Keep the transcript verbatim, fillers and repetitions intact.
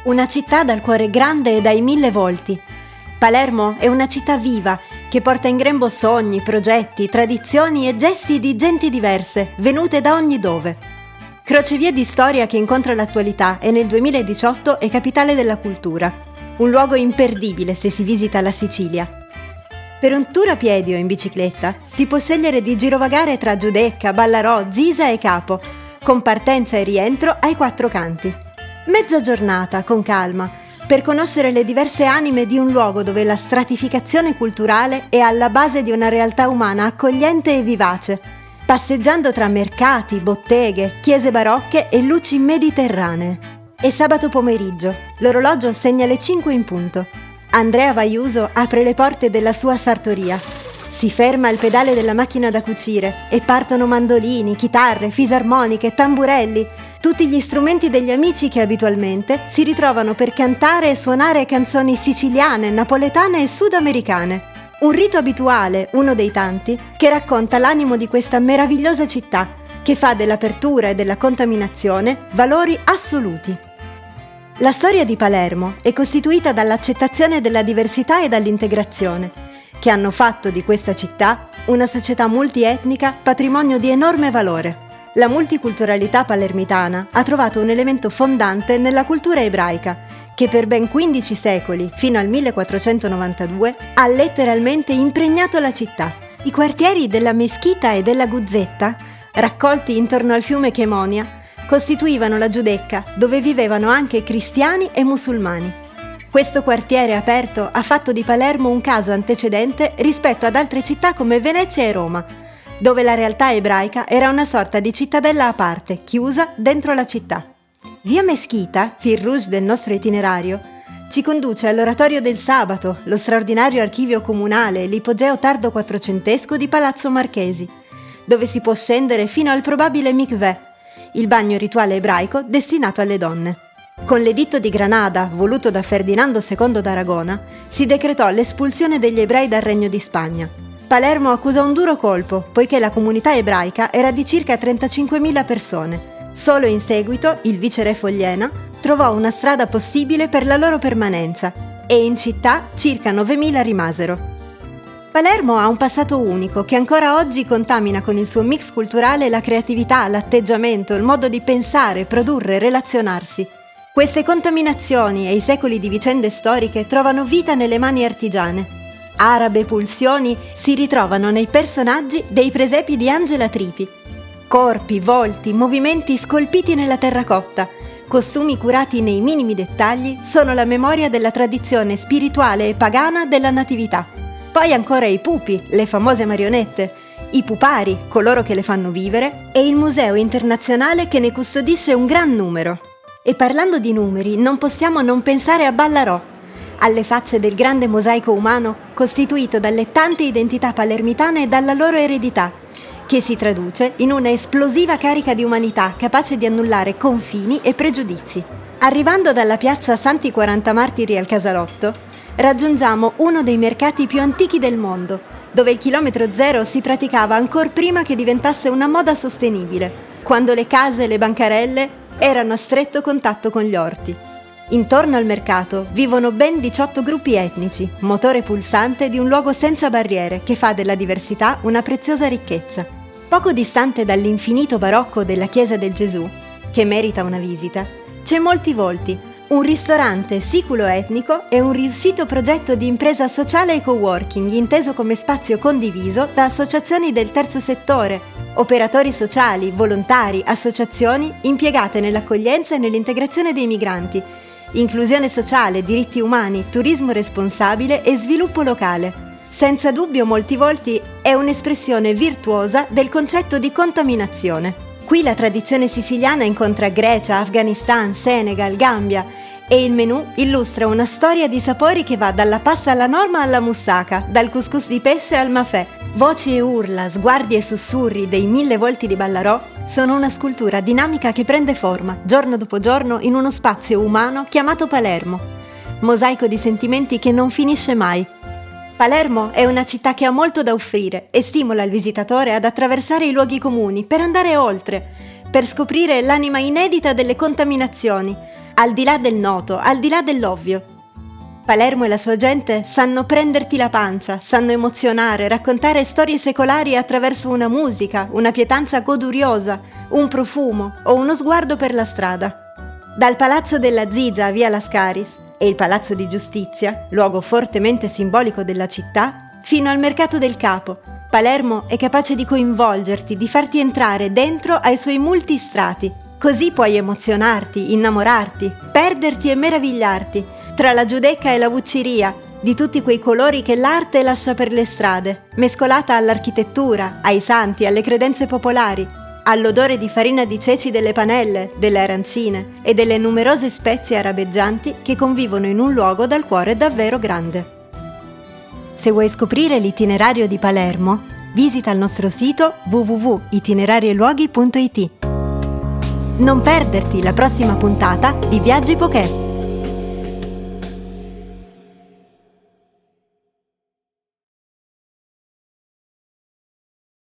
Una città dal cuore grande e dai mille volti. Palermo è una città viva che porta in grembo sogni, progetti, tradizioni e gesti di genti diverse, venute da ogni dove. Crocevia di storia che incontra l'attualità e nel duemiladiciotto è capitale della cultura. Un luogo imperdibile se si visita la Sicilia. Per un tour a piedi o in bicicletta si può scegliere di girovagare tra Giudecca, Ballarò, Zisa e Capo, con partenza e rientro ai quattro canti. Mezza giornata, con calma, per conoscere le diverse anime di un luogo dove la stratificazione culturale è alla base di una realtà umana accogliente e vivace, passeggiando tra mercati, botteghe, chiese barocche e luci mediterranee. È sabato pomeriggio, l'orologio segna le cinque in punto. Andrea Vaiuso apre le porte della sua sartoria. Si ferma al pedale della macchina da cucire e partono mandolini, chitarre, fisarmoniche, tamburelli, tutti gli strumenti degli amici che abitualmente si ritrovano per cantare e suonare canzoni siciliane, napoletane e sudamericane. Un rito abituale, uno dei tanti, che racconta l'animo di questa meravigliosa città, che fa dell'apertura e della contaminazione valori assoluti. La storia di Palermo è costituita dall'accettazione della diversità e dall'integrazione, che hanno fatto di questa città una società multietnica patrimonio di enorme valore. La multiculturalità palermitana ha trovato un elemento fondante nella cultura ebraica, che per ben quindici secoli, fino al millequattrocentonovantadue, ha letteralmente impregnato la città. I quartieri della Meschita e della Guzzetta, raccolti intorno al fiume Chemonia, costituivano la Giudecca, dove vivevano anche cristiani e musulmani. Questo quartiere aperto ha fatto di Palermo un caso antecedente rispetto ad altre città come Venezia e Roma, dove la realtà ebraica era una sorta di cittadella a parte, chiusa dentro la città. Via Meschita, fil rouge del nostro itinerario, ci conduce all'Oratorio del Sabato, lo straordinario archivio comunale e l'ipogeo tardo quattrocentesco di Palazzo Marchesi, dove si può scendere fino al probabile mikveh, il bagno rituale ebraico destinato alle donne. Con l'editto di Granada, voluto da Ferdinando secondo d'Aragona, si decretò l'espulsione degli ebrei dal Regno di Spagna. Palermo accusa un duro colpo, poiché la comunità ebraica era di circa trentacinquemila persone. Solo in seguito il viceré Fogliena trovò una strada possibile per la loro permanenza e in città circa novemila rimasero. Palermo ha un passato unico che ancora oggi contamina con il suo mix culturale la creatività, l'atteggiamento, il modo di pensare, produrre, relazionarsi. Queste contaminazioni e i secoli di vicende storiche trovano vita nelle mani artigiane. Arabe pulsioni si ritrovano nei personaggi dei presepi di Angela Tripi. Corpi, volti, movimenti scolpiti nella terracotta, costumi curati nei minimi dettagli sono la memoria della tradizione spirituale e pagana della natività. Poi ancora i pupi, le famose marionette, i pupari, coloro che le fanno vivere, e il Museo Internazionale che ne custodisce un gran numero. E parlando di numeri, non possiamo non pensare a Ballarò, alle facce del grande mosaico umano costituito dalle tante identità palermitane e dalla loro eredità, che si traduce in una esplosiva carica di umanità capace di annullare confini e pregiudizi. Arrivando dalla piazza Santi quaranta Martiri al Casalotto, raggiungiamo uno dei mercati più antichi del mondo, dove il chilometro zero si praticava ancor prima che diventasse una moda sostenibile, quando le case e le bancarelle erano a stretto contatto con gli orti. Intorno al mercato vivono ben diciotto gruppi etnici, motore pulsante di un luogo senza barriere che fa della diversità una preziosa ricchezza. Poco distante dall'infinito barocco della Chiesa del Gesù, che merita una visita, c'è Molti Volti, un ristorante siculo-etnico e un riuscito progetto di impresa sociale e coworking inteso come spazio condiviso da associazioni del terzo settore, operatori sociali, volontari, associazioni impiegate nell'accoglienza e nell'integrazione dei migranti, inclusione sociale, diritti umani, turismo responsabile e sviluppo locale. Senza dubbio Molti Volti è un'espressione virtuosa del concetto di contaminazione. Qui la tradizione siciliana incontra Grecia, Afghanistan, Senegal, Gambia e il menù illustra una storia di sapori che va dalla pasta alla norma alla moussaka, dal couscous di pesce al mafè. Voci e urla, sguardi e sussurri dei mille volti di Ballarò sono una scultura dinamica che prende forma, giorno dopo giorno, in uno spazio umano chiamato Palermo. Mosaico di sentimenti che non finisce mai. Palermo è una città che ha molto da offrire e stimola il visitatore ad attraversare i luoghi comuni per andare oltre, per scoprire l'anima inedita delle contaminazioni, al di là del noto, al di là dell'ovvio. Palermo e la sua gente sanno prenderti la pancia, sanno emozionare, raccontare storie secolari attraverso una musica, una pietanza goduriosa, un profumo o uno sguardo per la strada. Dal Palazzo della Ziza a Via Lascaris e il Palazzo di Giustizia, luogo fortemente simbolico della città, fino al Mercato del Capo, Palermo è capace di coinvolgerti, di farti entrare dentro ai suoi multistrati. Così puoi emozionarti, innamorarti, perderti e meravigliarti tra la giudecca e la vucciria, di tutti quei colori che l'arte lascia per le strade, mescolata all'architettura, ai santi, alle credenze popolari, all'odore di farina di ceci delle panelle, delle arancine e delle numerose spezie arabeggianti che convivono in un luogo dal cuore davvero grande. Se vuoi scoprire l'itinerario di Palermo, visita il nostro sito w w w punto itinerarieluoghi punto i t. Non perderti la prossima puntata di Viaggi Poké.